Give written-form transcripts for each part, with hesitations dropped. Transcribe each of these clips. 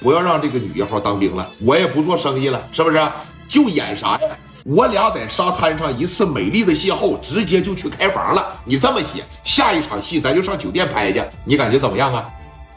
不要让这个女一号当兵了，我也不做生意了，是不是？就演啥呀？我俩在沙滩上一次美丽的邂逅，直接就去开房了。你这么写，下一场戏咱就上酒店拍去，你感觉怎么样啊？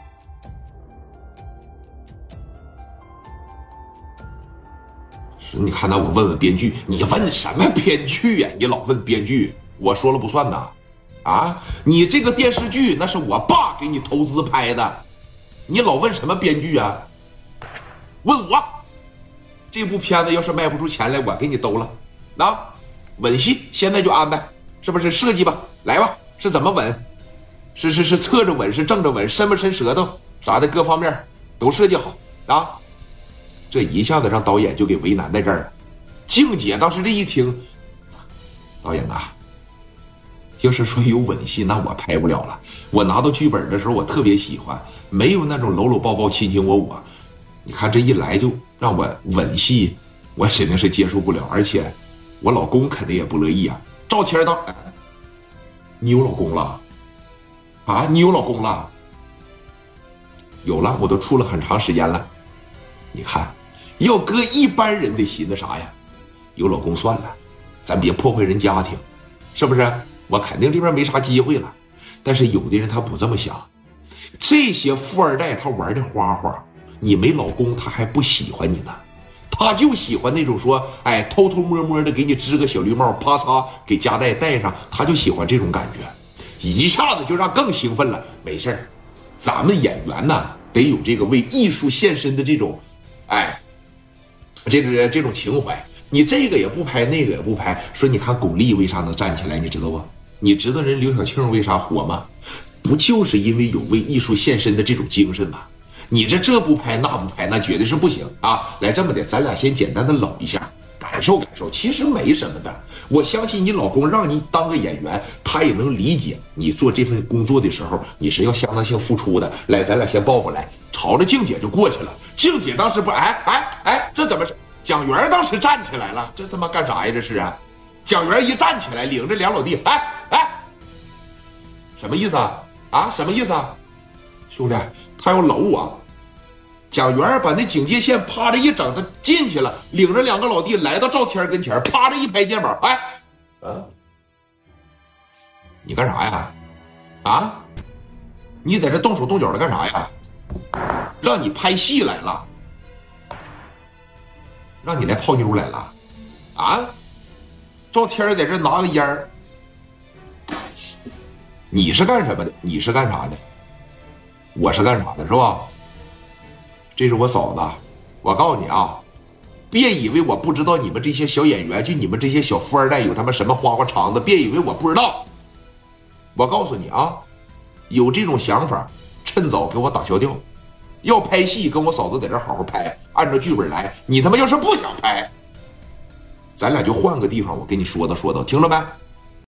你看，那我问问编剧，你问什么编剧呀？你老问编剧，我说了不算呐。啊，你这个电视剧那是我爸给你投资拍的，你老问什么编剧啊？问我，这部片子要是卖不出钱来，我给你兜了。那吻戏现在就安排，是不是？设计吧，来吧，是怎么吻？是侧着吻，是正着吻，伸不伸舌头啥的，各方面都设计好啊。这一下子让导演就给为难在这儿了。静姐当时这一听，导演啊，要是说有吻戏，那我拍不了了。我拿到剧本的时候，我特别喜欢，没有那种搂搂抱抱、亲亲我我。你看这一来就让我吻戏，我肯定是接受不了，而且我老公肯定也不乐意啊。赵天当，你有老公了？啊，你有老公了？有了，我都处了很长时间了。你看，要搁一般人得寻思啥呀？有老公算了，咱别破坏人家庭，是不是？我肯定这边没啥机会了。但是有的人他不这么想，这些富二代他玩的花花，你没老公他还不喜欢你呢，他就喜欢那种说，哎，偷偷摸摸的给你织个小绿帽，啪嚓给夹带戴上，他就喜欢这种感觉，一下子就让更兴奋了。没事儿，咱们演员呢得有这个为艺术献身的这种，哎，这种情怀。你这个也不拍，那个也不拍，说你看巩俐为啥能站起来，你知道不？你知道人刘晓庆为啥火吗？不就是因为有为艺术献身的这种精神吗？你这不拍那不拍，那绝对是不行啊！来，这么的，咱俩先简单的搂一下，感受感受，其实没什么的。我相信你老公让你当个演员，他也能理解你做这份工作的时候，你是要相当性付出的。来，咱俩先抱过来，朝着静姐就过去了。静姐当时不，这怎么是？蒋元当时站起来了，这他妈干啥呀？这是啊！蒋元一站起来，领着两老弟，什么意思啊？啊，什么意思啊？兄弟，他要搂我。蒋元把那警戒线啪着一整，他进去了，领着两个老弟来到赵天跟前，啪着一拍肩膀，你干啥呀？啊，你在这动手动脚的干啥呀？让你拍戏来了，让你来泡妞来了，啊？赵天在这拿个烟儿，你是干什么的？你是干啥的？我是干啥的，是吧？这是我嫂子，我告诉你啊，别以为我不知道你们这些小演员，就你们这些小富二代有他妈什么花花肠子，别以为我不知道。我告诉你啊，有这种想法，趁早给我打消掉。要拍戏，跟我嫂子在这好好拍，按照剧本来。你他妈要是不想拍，咱俩就换个地方，我跟你说道说道，听着没？